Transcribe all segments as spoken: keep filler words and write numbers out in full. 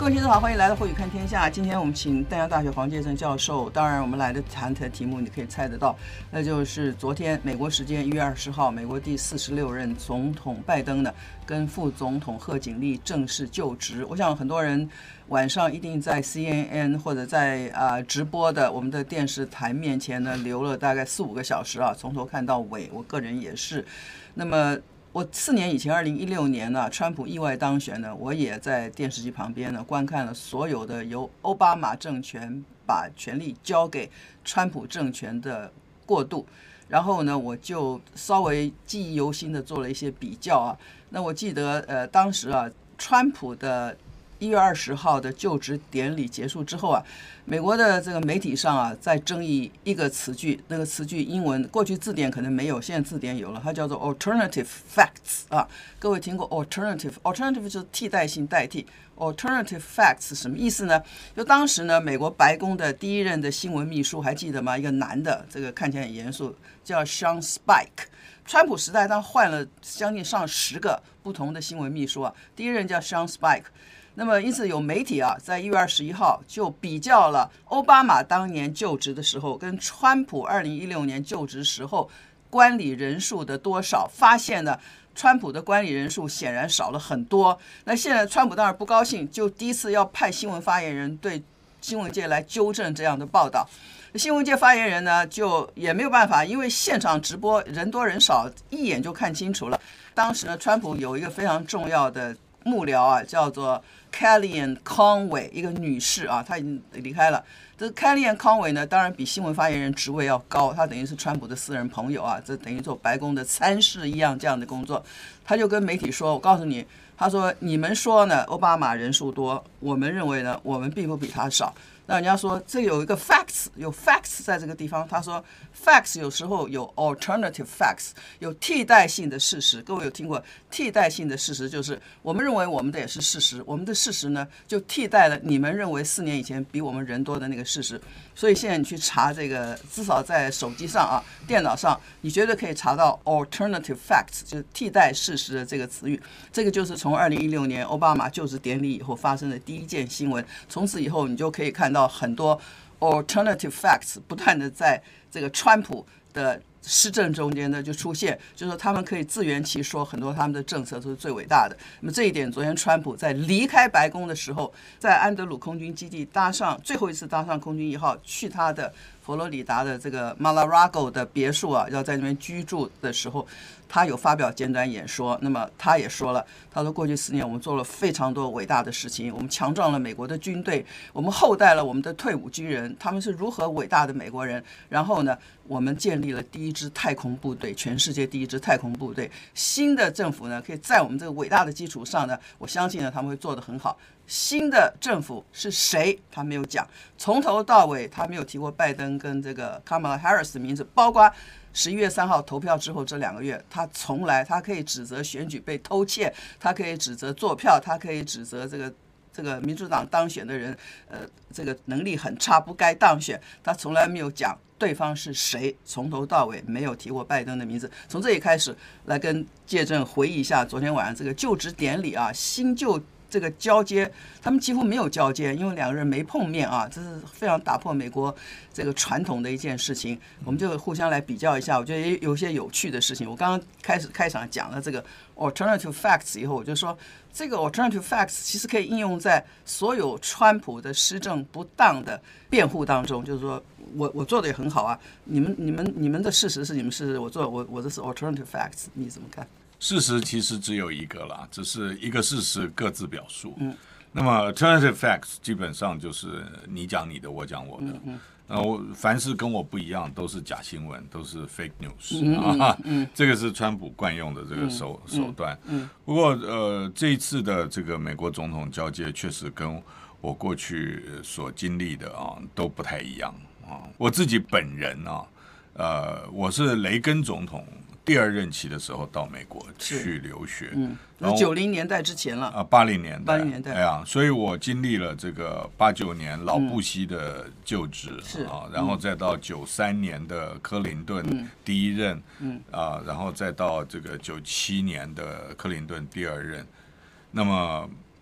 位听众好，欢迎来到《慧宇看天下》。今天我们请淡江大学黄介正教授，当然我们来的谈的题目你可以猜得到，那就是昨天美国时间一月二十号，美国第四十六任总统拜登呢，跟副总统贺锦丽正式就职。我想很多人晚上一定在 C N N 或者在啊、呃、直播的我们的电视台面前呢，留了大概四五个小时啊，从头看到尾。我个人也是。那么我四年以前，二零一六年呢，川普意外当选呢，我也在电视机旁边呢观看了所有的由奥巴马政权把权力交给川普政权的过渡，然后呢，我就稍微记忆犹新的做了一些比较啊。那我记得呃，当时啊，川普的一月二十号的就职典礼结束之后啊，美国的这个媒体上啊，在争议一个词句，那个词句英文过去字典可能没有，现在字典有了，它叫做 alternative facts 啊。各位听过 alternative alternative 就是替代性代替 alternative facts 什么意思呢？就当时呢，美国白宫的第一任的新闻秘书还记得吗？一个男的，这个看起来很严肃，叫 Sean Spike。川普时代他换了将近上十个不同的新闻秘书啊，第一任叫 Sean Spike。那么因此有媒体啊，在一月二十一号就比较了奥巴马当年就职的时候跟川普二零一六年就职时候观礼人数的多少，发现呢，川普的观礼人数显然少了很多。那现在川普当然不高兴，就第一次要派新闻发言人对新闻界来纠正这样的报道。新闻界发言人呢，就也没有办法，因为现场直播人多人少，一眼就看清楚了。当时呢，川普有一个非常重要的幕僚啊，叫做 Kellyanne Conway， 一个女士啊，她已经离开了。这 Kellyanne Conway 呢，当然比新闻发言人职位要高，她等于是川普的私人朋友啊，这等于做白宫的参事一样这样的工作。她就跟媒体说：“我告诉你，她说你们说呢，奥巴马人数多，我们认为呢，我们并不比他少。”那人家说这有一个 facts， 有 facts 在这个地方。他说 facts 有时候有 alternative facts， 有替代性的事实。各位有听过替代性的事实？就是我们认为我们的也是事实，我们的事实呢就替代了你们认为四年以前比我们人多的那个事实。所以现在你去查这个，至少在手机上啊、电脑上，你绝对可以查到 alternative facts， 就是替代事实的这个词语。这个就是从二零一六年奥巴马就职典礼以后发生的第一件新闻。从此以后，你就可以看到很多 alternative facts 不断的在这个川普的施政中间呢就出现，就是说他们可以自圆其说，很多他们的政策都是最伟大的。那么这一点，昨天川普在离开白宫的时候，在安德鲁空军基地搭上最后一次搭上空军一号去他的佛罗里达的这个 Mar-a-Lago 的别墅啊，要在那边居住的时候，他有发表简短演说。那么他也说了，他说过去四年我们做了非常多伟大的事情，我们强壮了美国的军队，我们厚待了我们的退伍军人，他们是如何伟大的美国人。然后呢，我们建立了第一支太空部队，全世界第一支太空部队。新的政府呢，可以在我们这个伟大的基础上呢，我相信呢他们会做得很好。新的政府是谁？他没有讲，从头到尾他没有提过拜登跟这个 Kamala Harris 的名字，包括十一月三号投票之后这两个月，他从来他可以指责选举被偷窃，他可以指责作票，他可以指责这个这个民主党当选的人，呃，这个能力很差，不该当选。他从来没有讲对方是谁，从头到尾没有提过拜登的名字。从这里开始来跟介正回忆一下昨天晚上这个就职典礼啊，新旧这个交接，他们几乎没有交接，因为两个人没碰面啊，这是非常打破美国这个传统的一件事情。我们就互相来比较一下，我觉得也有些有趣的事情。我刚刚开始开场讲了这个 alternative facts 以后，我就说这个 alternative facts 其实可以应用在所有川普的施政不当的辩护当中，就是说我我做的也很好啊，你们你们你们的事实是你们事实，我做我我这是 alternative facts， 你怎么看？ 事实其实只有一个啦，只是一个事实各自表述。嗯，那么 alternative facts 基本上就是你讲你的，我讲我的。嗯嗯。然后凡是跟我不一样，都是假新闻，都是 fake news、嗯啊嗯、这个是川普惯用的这个手、嗯、手段。嗯。不过呃，这一次的这个美国总统交接，确实跟我过去所经历的啊都不太一样啊。我自己本人啊，呃，我是雷根总统第二任期的时候到美国去留学， 嗯，那九零年代之前了啊，八零年代， 八零年代， 哎呀，所以我经历了这个八九年老布希的就职、嗯、啊，然后再到九三年的克林顿第一任，嗯啊，然后再到这个九七年的克林顿第二任，那么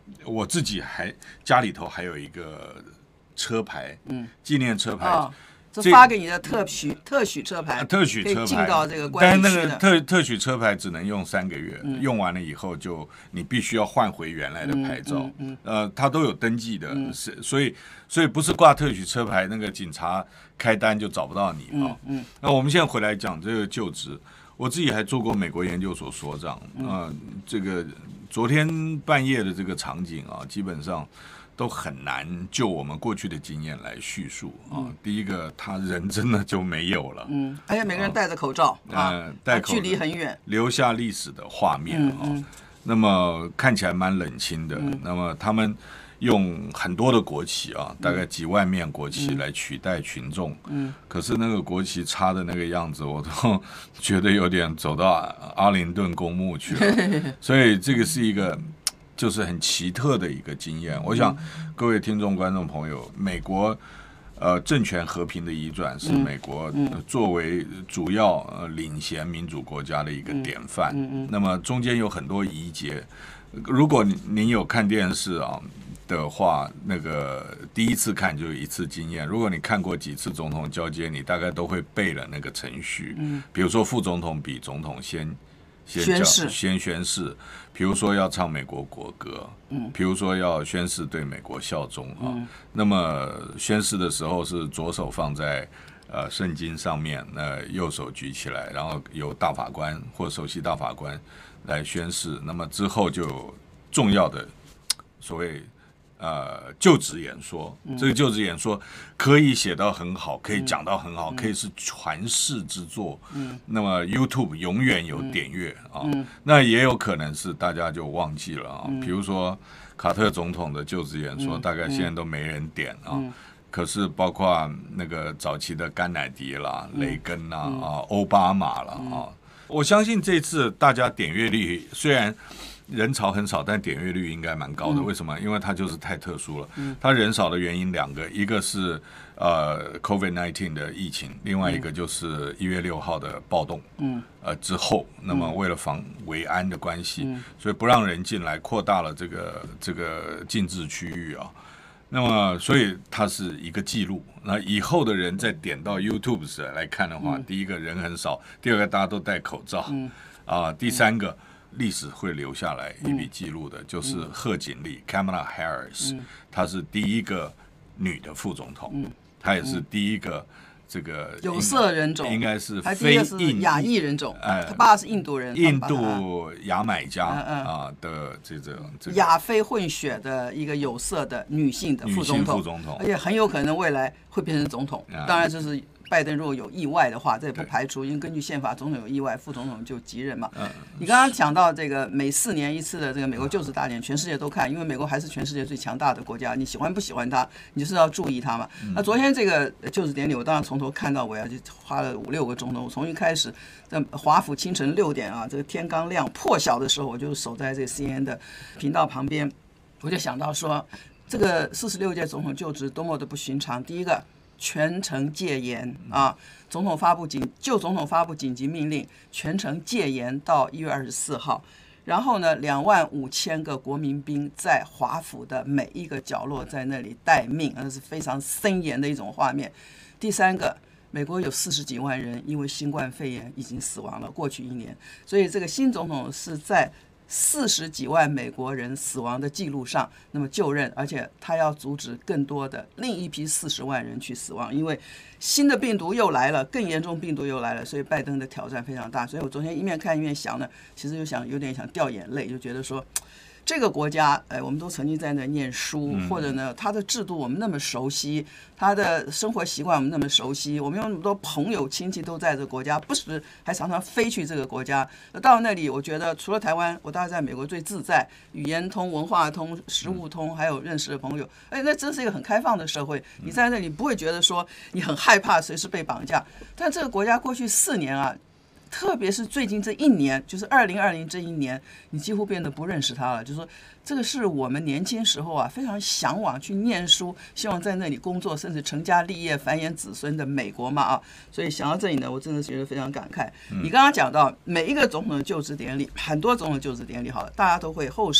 我自己还家里头还有一个车牌，嗯，纪念车牌。哦， 这发给你的特许特许车牌， 特许车牌可以进到这个但是关系区的。 那个特特许车牌只能用三个月， 嗯用完了以后就你必须要换回原来的牌照。 嗯嗯嗯呃，它都有登记的， 嗯是所以所以不是挂特许车牌，那个警察开单就找不到你啊。 嗯嗯那我们现在回来讲这个就职，我自己还做过美国研究所所长， 嗯呃，这个昨天半夜的这个场景啊，基本上都很难就我们过去的经验来叙述啊。嗯、第一个，他人真的就没有了， 嗯，而且每个人戴着口罩啊， 呃、戴口罩距离很远， 留下历史的画面啊。 嗯嗯、 那么看起来蛮冷清的。嗯、那么他们用很多的国旗啊，大概几万面国旗来取代群众。嗯，可是那个国旗插的那个样子，我都觉得有点走到阿灵顿公墓去了。所以这个是一个。就是很奇特的一个经验。我想各位听众、观众朋友，美国呃政权和平的移转是美国作为主要呃领衔民主国家的一个典范。那么中间有很多疑结，如果您有看电视啊的话，那个第一次看就有一次经验。如果你看过几次总统交接，你大概都会背了那个程序。比如说副总统比总统先。先宣誓， 先宣誓，比如说要唱美国国歌，嗯，比如说要宣誓对美国效忠啊。嗯、那么宣誓的时候是左手放在呃圣经上面，那右手举起来，然后由大法官或首席大法官来宣誓。那么之后就有重要的所谓。呃，就职演说，这个就职演说可以写到很好，可以讲到很好，可以是传世之作。嗯，那么 YouTube 永远有点阅啊，嗯、那也有可能是大家就忘记了啊。嗯、比如说卡特总统的就职演说，嗯、大概现在都没人点啊。嗯、可是包括那个早期的甘乃迪啦、嗯、雷根啦、嗯、啊、奥巴马啦啊，嗯、我相信这次大家点阅率虽然。人潮很少，但点阅率应该蛮高的。嗯、为什么？因为它就是太特殊了。嗯、它人少的原因两个，一个是呃 COVID 十九 的疫情，另外一个就是一月六号的暴动。嗯，呃之后，那么为了防维安的关系，嗯、所以不让人进来，扩大了这个这个禁制区域啊。那么，所以它是一个记录。那以后的人再点到 YouTube 时来看的话，嗯、第一个人很少，第二个大家都戴口罩，嗯、啊，第三个。历史会留下来一笔记录的，嗯、就是贺锦丽 Kamala Harris，嗯、她是第一个女的副总统，嗯、她也是第一个这个有色人种， 应该是非印亚裔人种，哎、呃，她爸是印度人， 印度牙买加啊的这种、这个、 亚非混血的一个有色的女性的副总统， 副总统， 而且很有可能未来会变成总统，当然这是。拜登如果有意外的话，这也不排除，因为根据宪法，总统有意外，副总统就继任嘛。嗯、你刚刚讲到这个每四年一次的这个美国就职大典，全世界都看，因为美国还是全世界最强大的国家，你喜欢不喜欢它，你就是要注意它嘛。嗯、那昨天这个就职典礼，我当然从头看到尾啊，就花了五六个钟头。我从一开始在华府清晨六点啊，这个天刚亮破晓的时候，我就守在这个 C N N 的频道旁边，我就想到说，这个四十六届总统就职多么的不寻常。第一个。全程戒严啊！总统发布紧就总统发布紧急命令，全程戒严到一月二十四号。然后呢，两万五千个国民兵在华府的每一个角落在那里待命，那是非常森严的一种画面。第三个，美国有四十几万人因为新冠肺炎已经死亡了，过去一年，所以这个新总统是在。四十几万美国人死亡的记录上，那么就任，而且他要阻止更多的另一批四十万人去死亡，因为新的病毒又来了，更严重病毒又来了，所以拜登的挑战非常大。所以我昨天一面看一面想呢，其实就想有点想掉眼泪，就觉得说。这个国家，哎，我们都曾经在那念书，或者呢，它的制度我们那么熟悉，它的生活习惯我们那么熟悉，我们有那么多朋友亲戚都在这个国家，不时还常常飞去这个国家。到那里，我觉得除了台湾，我大概在美国最自在，语言通、文化通、食物通，还有认识的朋友，哎，那真是一个很开放的社会。你在那里不会觉得说你很害怕随时被绑架，但这个国家过去四年啊。特别是最近这一年，就是二零二零这一年，你几乎变得不认识他了。就是说，这个是我们年轻时候啊非常向往去念书，希望在那里工作，甚至成家立业、繁衍子孙的美国嘛啊。所以想到这里呢，我真的觉得非常感慨。你刚刚讲到每一个总统的就职典礼，很多总统就职典礼，好了，大家都会后世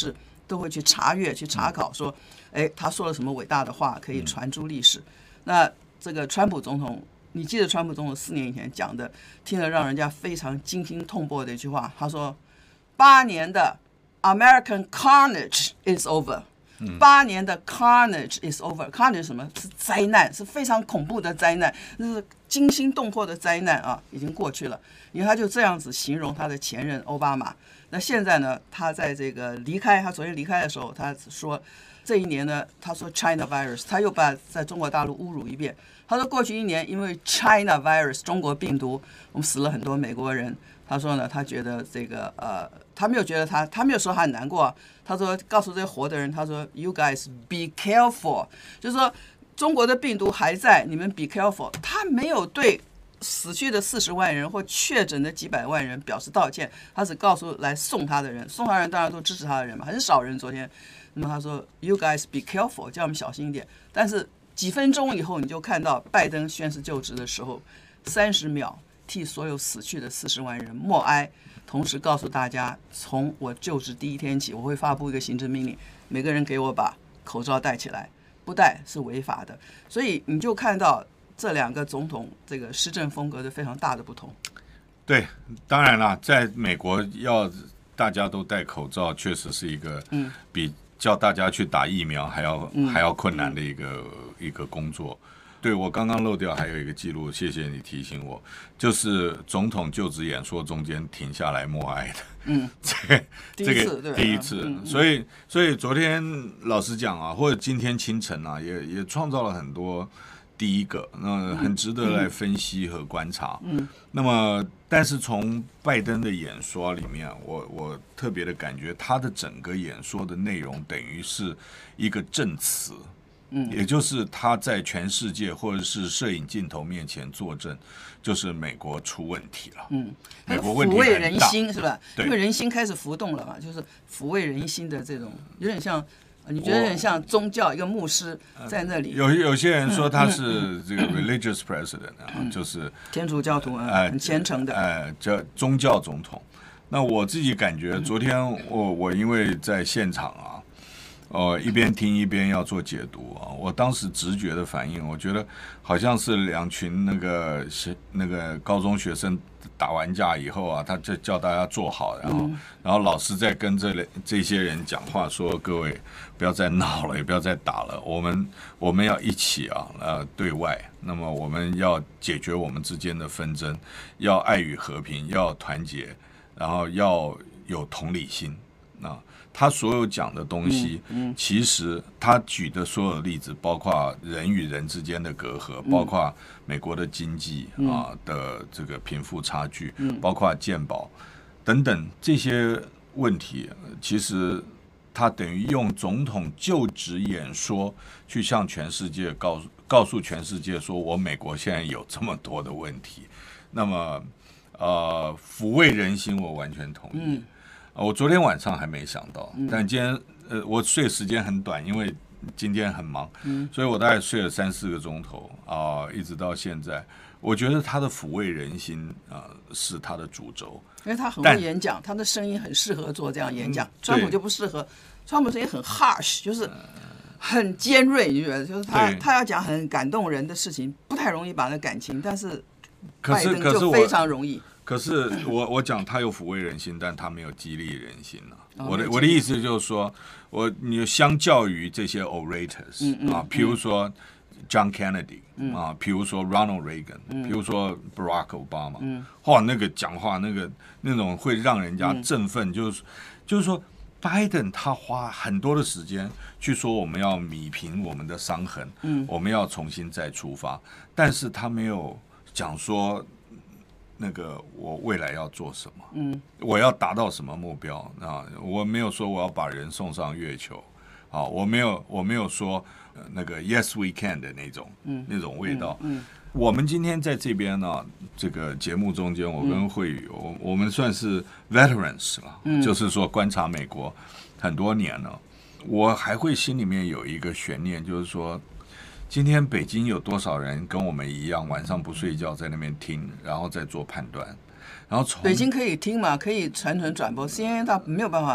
都会去查阅、去查考，说，哎，他说了什么伟大的话可以传诸历史。那这个川普总统，你记得川普总统四年以前讲的，听了让人家非常惊心痛魄的一句话，他说：“八年的 American carnage is over。”八年的 carnage is over。carnage 是什么？是灾难，是非常恐怖的灾难，是惊心动魄的灾难啊，已经过去了。因为他就这样子形容他的前任奥巴马。那现在呢，他在这个离开，他昨天离开的时候，他说这一年呢，他说 China virus， 他又把在中国大陆侮辱一遍。他说过去一年因为 China virus 中国病毒，我们死了很多美国人。他说呢，他觉得这个呃，他没有觉得他，他没有说他很难过、啊。他说告诉这些活的人，他说 You guys be careful， 就是说中国的病毒还在，你们 be careful。他没有对死去的四十万人或确诊的几百万人表示道歉，他只告诉来送他的人，送他的人当然都支持他的人嘛，很少人昨天。那么他说 You guys be careful， 叫我们小心一点。但是几分钟以后，你就看到拜登宣誓就职的时候，三十秒。替所有死去的四十万人默哀，同时告诉大家，从我就职第一天起，我会发布一个行政命令，每个人给我把口罩戴起来，不戴是违法的。所以你就看到这两个总统这个施政风格的非常大的不同。 对，当然了，在美国要大家都戴口罩，确实是一个比叫大家去打疫苗还要、嗯、还要困难的一个、嗯、一个工作。对，我刚刚漏掉还有一个记录，谢谢你提醒我，就是总统就职演说中间停下来默哀的，嗯，这这个第一次，嗯、所以所以昨天老实讲啊，或者今天清晨啊，也也创造了很多第一个，那很值得来分析和观察。嗯，那么但是从拜登的演说里面，我我特别的感觉，他的整个演说的内容等于是一个证词。嗯，也就是他在全世界或者是摄影镜头面前作证，就是美国出问题了。嗯，美国问题很大，抚慰人心是吧？因为人心开始浮动了嘛，就是抚慰人心的这种，有点像，你觉得有点像宗教一个牧师在那里。 有有些人说他是这个 religious president 啊，嗯、就是天主教徒啊，呃、很虔诚的， 哎，叫宗教总统。那我自己感觉，昨天我我因为在现场啊。哦，一边听一边要做解读啊！我当时直觉的反应，我觉得好像是两群那个那个高中学生打完架以后啊，他就叫大家坐好，然后然后老师在跟这这些人讲话，说各位不要再闹了，也不要再打了，我们我们要一起啊呃对外，那么我们要解决我们之间的纷争，要爱与和平，要团结，然后要有同理心啊。他所有讲的东西，嗯嗯、其实他举的所有例子，包括人与人之间的隔阂，嗯、包括美国的经济、嗯、啊的这个贫富差距，嗯、包括健保等等这些问题，其实他等于用总统就职演说去向全世界告诉告诉全世界说，我美国现在有这么多的问题。那么，呃，抚慰人心，我完全同意。嗯我昨天晚上还没想到，但今天呃，我睡时间很短，因为今天很忙，嗯、所以我大概睡了三四个钟头啊、呃，一直到现在。我觉得他的抚慰人心啊、呃，是他的主轴， 因为他很会演讲，他的声音很适合做这样演讲。嗯、川普就不适合，川普声音很 harsh， 就是很尖锐，你觉得？就是他他要讲很感动人的事情，不太容易把那感情，但是拜登就非常容易。 可是我我讲他有抚慰人心，但他没有激励人心啊。哦、我的我的意思就是说，我你相较于这些 orators、嗯嗯、啊，比如说 John Kennedy、嗯、啊，比如说 Ronald Reagan，、嗯、比如说 Barack Obama，、嗯、哇，那个讲话那个那种会让人家振奋，嗯、就是就是说，拜登他花很多的时间去说我们要弭平我们的伤痕，嗯、我们要重新再出发，但是他没有讲说。那个我未来要做什么？嗯，我要达到什么目标啊？我没有说我要把人送上月球，啊，我没有我没有说、呃、那个 Yes we can 的那种、嗯、那种味道。嗯，嗯我们今天在这边呢，这个节目中间，我跟慧宇，我、嗯、我们算是 veterans 了，嗯、就是说观察美国很多年了，我还会心里面有一个悬念，就是说。今天北京有多少人跟我们一样晚上不睡觉在那边听，然后再做判断？然后从北京可以听嘛，可以传传转播 ，C N N 它没有办法，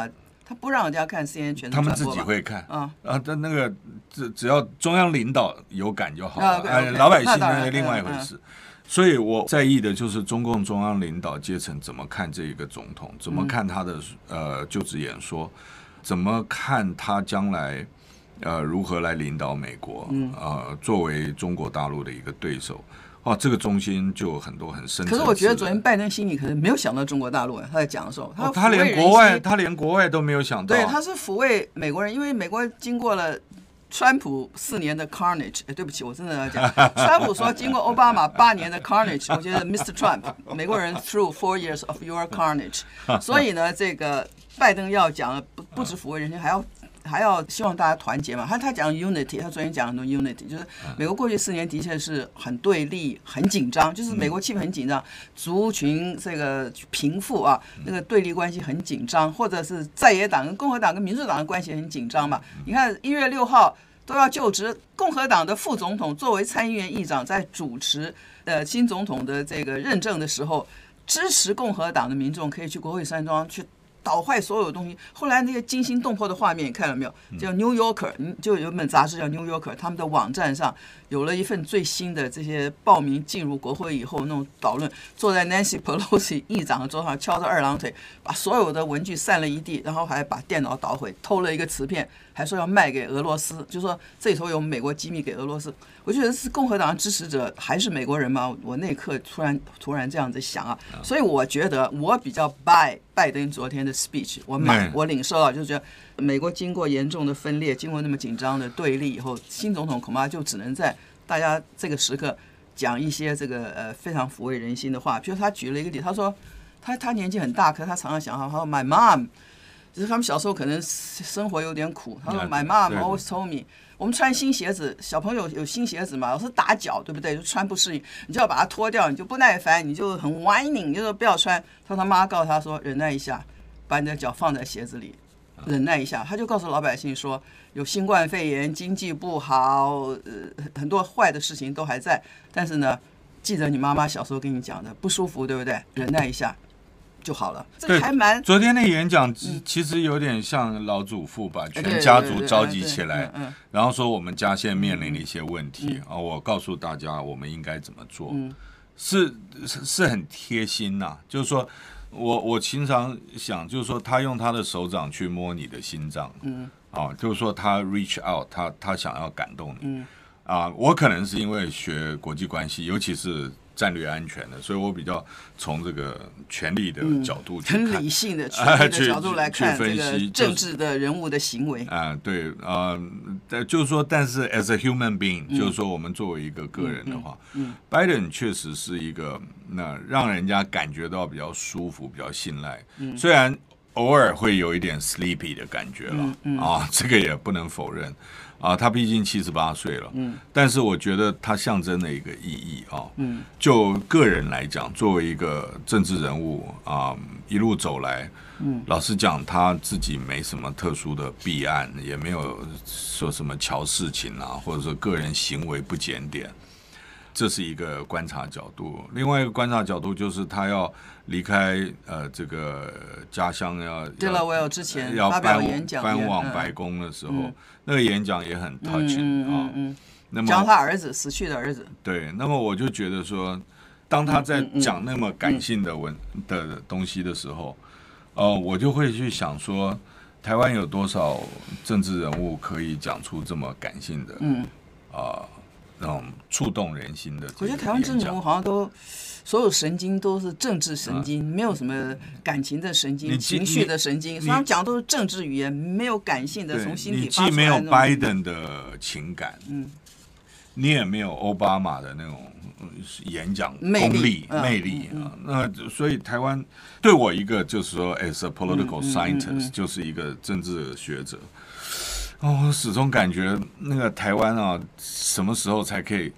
他不让人家看 C N N 全他们自己会看啊啊，但那个只只要中央领导有感就好了，啊 okay, okay, 老百姓那是另外一回事。嗯嗯所以我在意的就是中共中央领导阶层怎么看这一个总统，怎么看他的呃就职演说，怎么看他将来呃如何来领导美国，呃作为中国大陆的一个对手。哦，这个中心就有很多很深层次的。 可是我觉得昨天拜登心里可能没有想到中国大陆，他在讲的时候，他、 哦、他连国外他连国外都没有想到。 对，他是抚慰美国人，因为美国经过了川普四年的 carnage， 哎，对不起，我真的要讲，川普说经过奥巴马八年的 carnage， 我觉得 mister Trump， 美国人 through four years of your carnage， 所以呢，这个拜登要讲不不止抚慰人心，还要。还要希望大家团结嘛？他他讲 unity， 他昨天讲很多 unity， 就是美国过去四年的确是很对立、很紧张，就是美国气氛很紧张，族群这个贫富啊，那个对立关系很紧张，或者是在野党跟共和党跟民主党的关系很紧张嘛。你看一月六号都要就职，共和党的副总统作为参议院议长，在主持呃新总统的这个认证的时候，支持共和党的民众可以去国会山庄去。捣坏所有东西。后来那些惊心动魄的画面，你看了没有？叫《New Yorker》，就有本杂志叫《New Yorker》，他们的网站上有了一份最新的这些报名进入国会以后那种讨论。坐在 Nancy Pelosi 议长的桌上，敲着二郎腿，把所有的文具散了一地，然后还把电脑捣毁，偷了一个磁片，还说要卖给俄罗斯，就说这里头有美国机密给俄罗斯。我觉得是共和党支持者还是美国人吗？我那一刻突然突然这样子想啊，所以我觉得我比较 buy 拜登昨天的 speech， 我买我领受到，就是觉得美国经过严重的分裂，经过那么紧张的对立以后，新总统恐怕就只能在大家这个时刻讲一些这个呃非常抚慰人心的话。比如他举了一个例，他说他他年纪很大，可是他常常想他说 My mom， 就是他们小时候可能生活有点苦，他说 My mom always told me。我们穿新鞋子，小朋友有新鞋子嘛，老是打脚，对不对？就穿不适应，你就要把它脱掉，你就不耐烦，你就很 whining， 你就说不要穿。他他妈告诉他说，忍耐一下，把你的脚放在鞋子里，忍耐一下。他就告诉老百姓说，有新冠肺炎，经济不好，呃，很多坏的事情都还在，但是呢，记得你妈妈小时候跟你讲的，不舒服，对不对？忍耐一下。就好了，这还蛮。 昨天那演讲其实有点像老祖父把全家族召集起来，然后说我们家现在面临的一些问题啊，我告诉大家我们应该怎么做，是是很贴心呐、啊。就是说我我经常想，就是说他用他的手掌去摸你的心脏，嗯，啊，就是说他 reach out， 他他想要感动你，嗯，啊，我可能是因为学国际关系，尤其是。战略安全的，所以我比较从这个权力的角度去看、 嗯、很理性的权力的角度来看这个政治的人物的行为啊、呃，对啊、呃，就是说，但是 as a human being，、嗯、就是说我们作为一个个人的话，嗯，拜登确实是一个那让人家感觉到比较舒服、比较信赖，嗯，虽然偶尔会有一点 sleepy 的感觉了，嗯嗯、啊，这个也不能否认。啊，他毕竟七十八岁了，嗯，但是我觉得他象征的一个意义啊，嗯，就个人来讲，作为一个政治人物啊，一路走来，嗯，老实讲，他自己没什么特殊的弊案，也没有说什么乔事情啊，或者说个人行为不检点，这是一个观察角度。另外一个观察角度就是他要离开呃这个家乡要， 对了，我有之前要发表演讲， 搬往白宫的时候。嗯那个演讲也很 touching 啊、嗯嗯嗯， 那么讲他儿子死去的儿子。 对，那么我就觉得说，当他在讲那么感性的文、嗯嗯、的东西的时候，呃，我就会去想说，台湾有多少政治人物可以讲出这么感性的，嗯啊、呃，那种触动人心的。 我觉得台湾政治人物好像都。所有神经都是政治神经，没有什么感情的神经、情绪的神经，所以他们讲的都是政治语言，没有感性的，从心底发出来的。 你既没有拜登的情感，嗯，你也没有奥巴马的那种演讲功力、魅力啊。那所以台湾对我一个就是说 ，as a political scientist，就是一个政治学者，哦，我始终感觉那个台湾啊，什么时候才可以？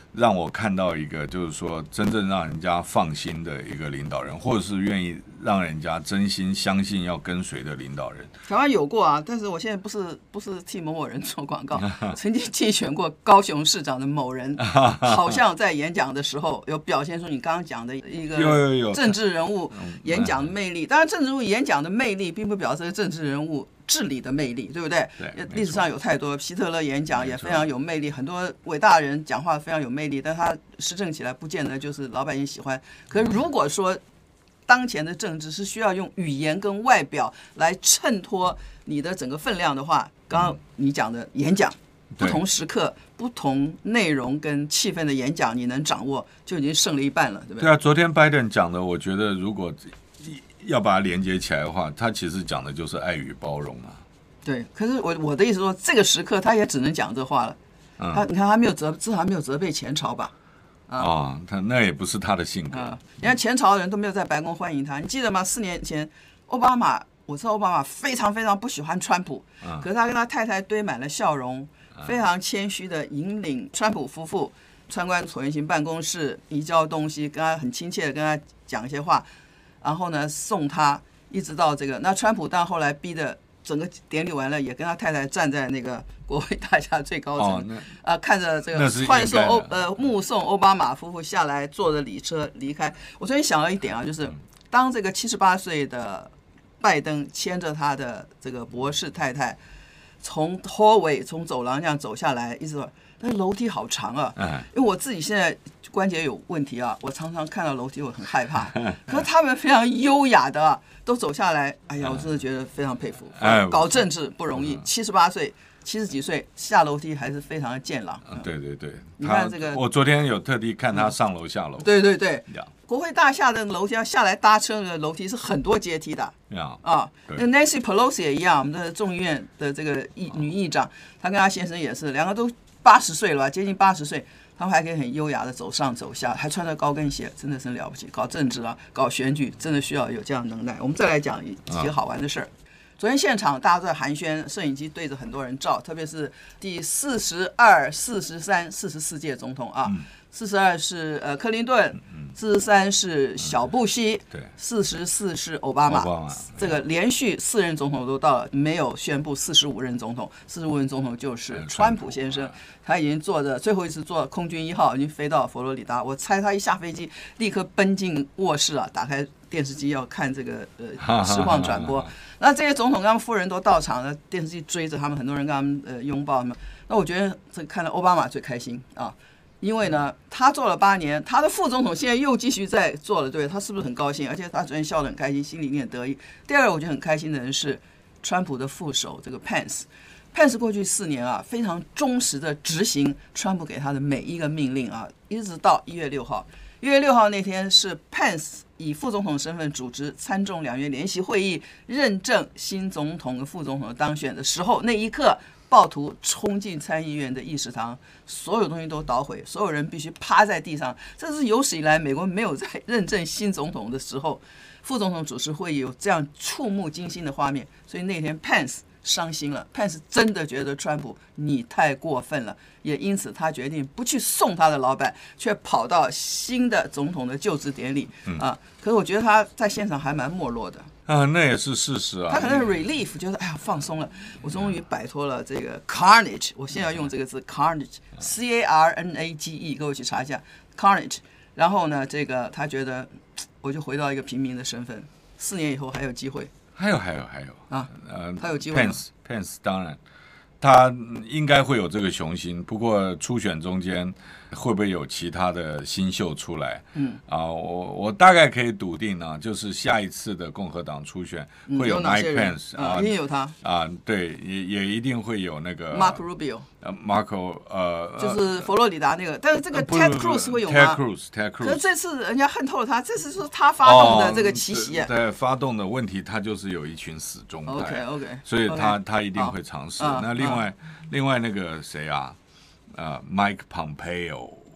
让我看到一个就是说真正让人家放心的一个领导人，或者是愿意让人家真心相信要跟随的领导人。 台湾有过啊，但是我现在不是不是替某某人做广告，曾经竞选过高雄市长的某人，好像在演讲的时候有表现出你刚刚讲的一个政治人物演讲的魅力。当然，政治人物演讲的魅力并不表示政治人物治理的魅力，对不对？ 对， 历史上有太多，希特勒演讲也非常有魅力，很多伟大人讲话非常有魅力，但他施政起来不见得就是老百姓喜欢。可是如果说当前的政治是需要用语言跟外表来衬托你的整个分量的话，刚刚你讲的演讲，不同时刻、不同内容跟气氛的演讲，你能掌握，就已经胜了一半了，对不对？ 对啊，昨天拜登讲的，我觉得如果要把它连接起来的话，他其实讲的就是爱与包容啊。 对，可是我我的意思说，这个时刻他也只能讲这话了。嗯、他你看他没有责，至少还没有责备前朝吧？ 啊、哦，他那也不是他的性格。 啊、你看前朝的人都没有在白宫欢迎他，你记得吗？四年前奥巴马，我知道奥巴马非常非常不喜欢川普，嗯、可是他跟他太太堆满了笑容，非常谦虚的引领川普夫妇参观椭圆形办公室，移交东西，跟他很亲切的跟他讲一些话。然后呢，送他一直到这个，那川普当然后来逼的，整个典礼完了，也跟他太太站在那个国会大厦最高层，啊、哦呃，看着这个欢送欧呃目送奥巴马夫妇下来，坐着礼车离开。我昨天想到一点啊，就是当这个七十八岁的拜登牵着他的这个博士太太，从 hallway 从走廊这样走下来，一直。但是楼梯好长啊，因为我自己现在关节有问题啊，我常常看到楼梯我很害怕。可是他们非常优雅的、啊、都走下来，哎呀，我真的觉得非常佩服。搞政治不容易，七十八岁、七十几岁下楼梯还是非常的健朗。 嗯、对对对， 你看这个， 我昨天有特地看他上楼下楼。 嗯、对对对，国会大厦的楼梯要下来搭车的楼梯是很多阶梯的。啊，那 Nancy Pelosi 也一样，我们的众议院的这个议女议长，她跟她先生也是，两个都八十岁了吧，接近八十岁，他们还可以很优雅的走上走下，还穿着高跟鞋，真的是了不起。搞政治啊，搞选举，真的需要有这样的能耐。我们再来讲几个好玩的事儿。昨天现场大家都在寒暄，摄影机对着很多人照，特别是第四十二、四十三、四十四届总统啊。四十二是呃克林顿，四十三是小布希，对，四十四是奥巴马。这个连续四任总统都到了，没有宣布四十五任总统。四十五任总统就是川普先生，他已经坐着最后一次坐空军一号，已经飞到佛罗里达。我猜他一下飞机，立刻奔进卧室啊，打开电视机要看这个呃实况转播。那这些总统跟他们夫人都到场了，电视机追着他们，很多人跟他们呃拥抱他们。那我觉得这看到奥巴马最开心啊。因为呢，他做了八年，他的副总统现在又继续在做了，对他是不是很高兴？而且他昨天笑得很开心，心里面很得意。第二个我觉得很开心的人是川普的副手这个 Pence。Pence 过去四年啊，非常忠实的执行川普给他的每一个命令啊，一直到一月六号。一月六号那天是 Pence 以副总统身份主持参众两院联席会议，认证新总统跟副总统的当选的时候，那一刻。暴徒冲进参议院的议事堂，所有东西都捣毁，所有人必须趴在地上。这是有史以来美国没有在认证新总统的时候，副总统主持会议有这样触目惊心的画面。所以那天 Pence 伤心了 ，Pence 真的觉得川普你太过分了，也因此他决定不去送他的老板，却跑到新的总统的就职典礼啊。可是我觉得他在现场还蛮没落的。 啊，那也是事实啊。 他可能是 relief， 觉得哎呀放松了，我终于摆脱了这个 carnage。我现在要用这个字 carnage，C A R N A G E， 各位去查一下 carnage。然后呢，这个他觉得我就回到一个平民的身份，四年以后还有机会。 还有还有还有啊，呃，他有机会吗 ？Pence Pence 当然，他应该会有这个雄心，不过初选中间。会不会有其他的新秀出来？嗯啊，我我大概可以笃定呢，就是下一次的共和党初选会有 Mike Pence 啊，一定有他啊，对，也也一定会有那个 Marco Rubio， 呃 Marco 呃， 就是佛罗里达那个，但是这个 Ted Cruz 会有吗 ？Ted Cruz，Ted Cruz， 可是这次人家恨透了他，这次是他发动的这个奇袭， 对，发动的问题，他就是有一群死忠派 ，OK OK， 所以他他一定会尝试。那另外另外那个谁啊？呃 ，Mike Pompeo，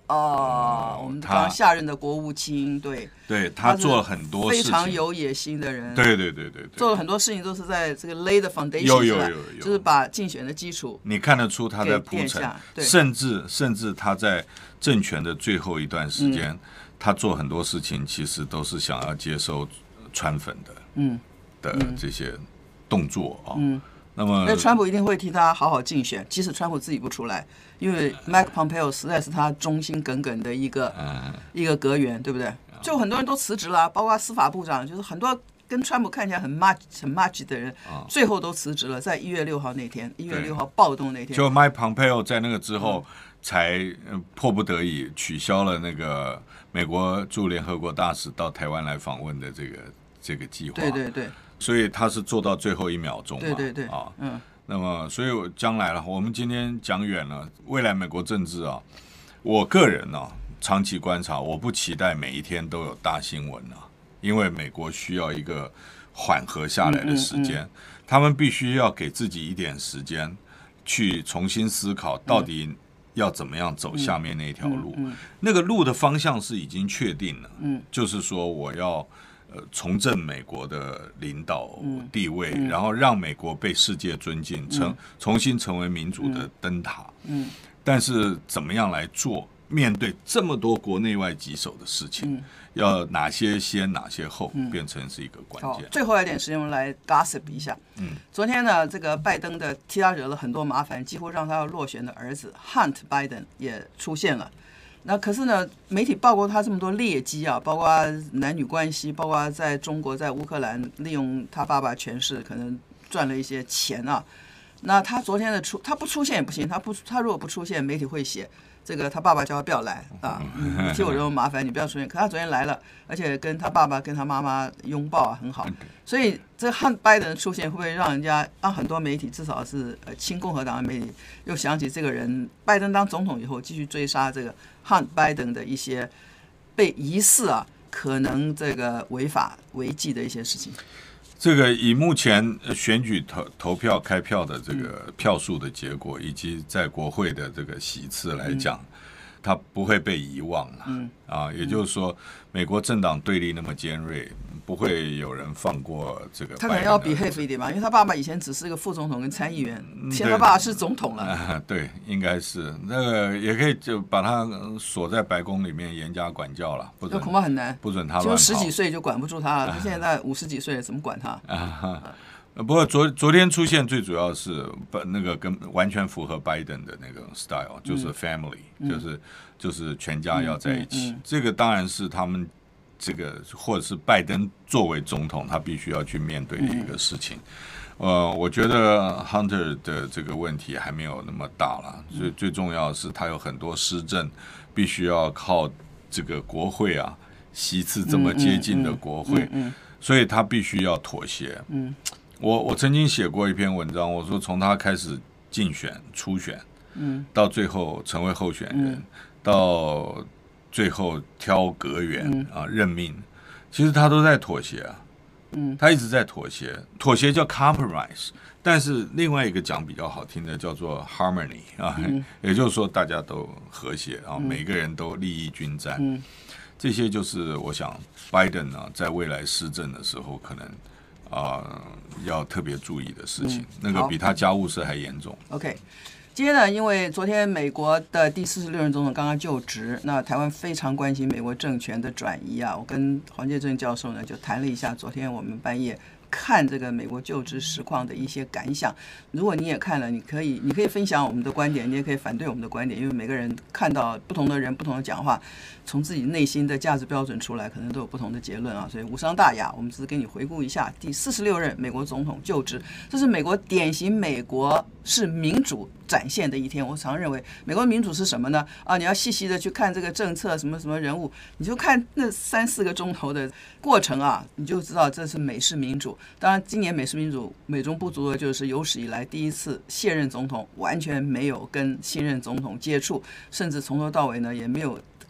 哦，我们刚刚下任的国务卿，对， 对他做了很多事情， 非常有野心的人， 对对对对对， 做了很多事情都是在这个 lay the foundation 有有有有， 就是把竞选的基础， 你看得出他在铺陈，甚至甚至他在政权的最后一段时间，嗯、他做很多事情其实都是想要接受川粉的，嗯，的这些动作啊，嗯。那么， 那川普一定会替他好好竞选，即使川普自己不出来，因为 Mike Pompeo 实在是他忠心耿耿的一个、嗯、一个阁员，对不对？就很多人都辞职了，包括司法部长，就是很多跟川普看起来很 much 很 much 的人，嗯、最后都辞职了。在一月六号那天，一月六号暴动那天， 就 Mike Pompeo 在那个之后、嗯、才迫不得已取消了那个美国驻联合国大使到台湾来访问的这个这个计划。 对对对。 所以他是做到最后一秒钟嘛， 对对对， 啊，嗯，那么所以将来了，我们今天讲远了，未来美国政治啊，我个人呢、啊，长期观察，我不期待每一天都有大新闻啊，因为美国需要一个缓和下来的时间，嗯嗯嗯、他们必须要给自己一点时间去重新思考，到底要怎么样走下面那条路，嗯嗯嗯、那个路的方向是已经确定了，嗯，就是说我要。呃，重振美国的领导地位，嗯嗯、然后让美国被世界尊敬，成、嗯、重新成为民主的灯塔。嗯，但是怎么样来做？面对这么多国内外棘手的事情，嗯、要哪些先，哪些后，嗯、变成是一个关键。 最后一点时间，我们来 gossip 一下。嗯，昨天呢，这个拜登的替他惹了很多麻烦，几乎让他要落选的儿子 Hunt Biden 也出现了。那可是呢，媒体报过他这么多劣迹啊，包括男女关系，包括在中国在乌克兰利用他爸爸权势，可能赚了一些钱啊。那他昨天的出，他不出现也不行，他不他如果不出现，媒体会写这个他爸爸叫他不要来啊，你替我惹我麻烦，你不要出现。可他昨天来了，而且跟他爸爸跟他妈妈拥抱啊，很好。所以这汉拜登的出现会不会让人家让很多媒体，至少是呃亲共和党的媒体，又想起这个人，拜登当总统以后继续追杀这个汉拜登的一些被疑似啊可能这个违法违纪的一些事情。 这个以目前选举投投票开票的这个票数的结果，以及在国会的这个席次来讲，它不会被遗忘了。嗯啊，也就是说，美国政党对立那么尖锐，不会有人放过这个。 他可能要behave一点吧，因为他爸爸以前只是个副总统跟参议员，现在他爸爸是总统了。 啊、对，应该是那个也可以就把他锁在白宫里面严加管教了，不准恐怕很难， 不准他乱跑。 就十几岁就管不住他了，他现在五十几岁了，怎么管他？啊不过昨昨天出现最主要是那个跟完全符合拜登的那个 style， 就是 family，、嗯、就是就是全家要在一起。嗯嗯嗯、这个当然是他们这个或者是拜登作为总统他必须要去面对的一个事情。嗯、呃，我觉得 Hunter 的这个问题还没有那么大了，所以最重要的是他有很多施政必须要靠这个国会啊，席次这么接近的国会，嗯嗯嗯嗯、所以他必须要妥协。嗯。我我曾经写过一篇文章，我说从他开始竞选初选，嗯，到最后成为候选人，嗯、到最后挑阁员、嗯、啊任命，其实他都在妥协啊，嗯，他一直在妥协，妥协叫 compromise， 但是另外一个讲比较好听的叫做 harmony 啊，嗯、也就是说大家都和谐啊，嗯、每个人都利益均沾，嗯，这些就是我想拜登呢在未来施政的时候可能。啊、呃，要特别注意的事情，嗯、那个比他家务事还严重。 OK， 今天呢，因为昨天美国的第四十六任总统刚刚就职，那台湾非常关心美国政权的转移啊。我跟黄介正教授呢就谈了一下，昨天我们半夜看这个美国就职实况的一些感想。如果你也看了，你可以你可以分享我们的观点，你也可以反对我们的观点，因为每个人看到不同的人不同的讲话。从自己内心的价值标准出来，可能都有不同的结论啊，所以无伤大雅。我们只是给你回顾一下第四十六任美国总统就职，这是美国典型美国是民主展现的一天。我常认为，美国民主是什么呢？啊，你要细细的去看这个政策，什么什么人物，你就看那三四个钟头的过程啊，你就知道这是美式民主。当然，今年美式民主美中不足的就是有史以来第一次现任总统完全没有跟新任总统接触，甚至从头到尾呢也没有。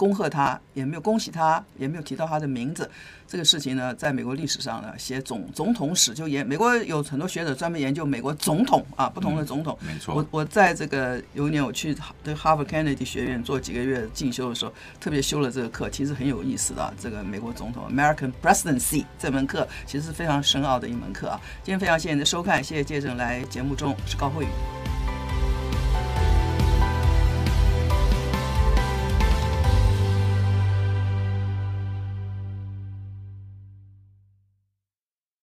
恭贺他，也没有恭喜他，也没有提到他的名字。这个事情呢，在美国历史上呢，写总总统史就研，美国有很多学者专门研究美国总统啊，不同的总统。 嗯、没错。 我我在这个有一年我去对哈佛 Kennedy 学院做几个月进修的时候，特别修了这个课，其实很有意思的、啊。这个美国总统 American Presidency 这门课其实是非常深奥的一门课啊。今天非常谢谢你的收看，谢谢介正来节目中，我是高慧宇。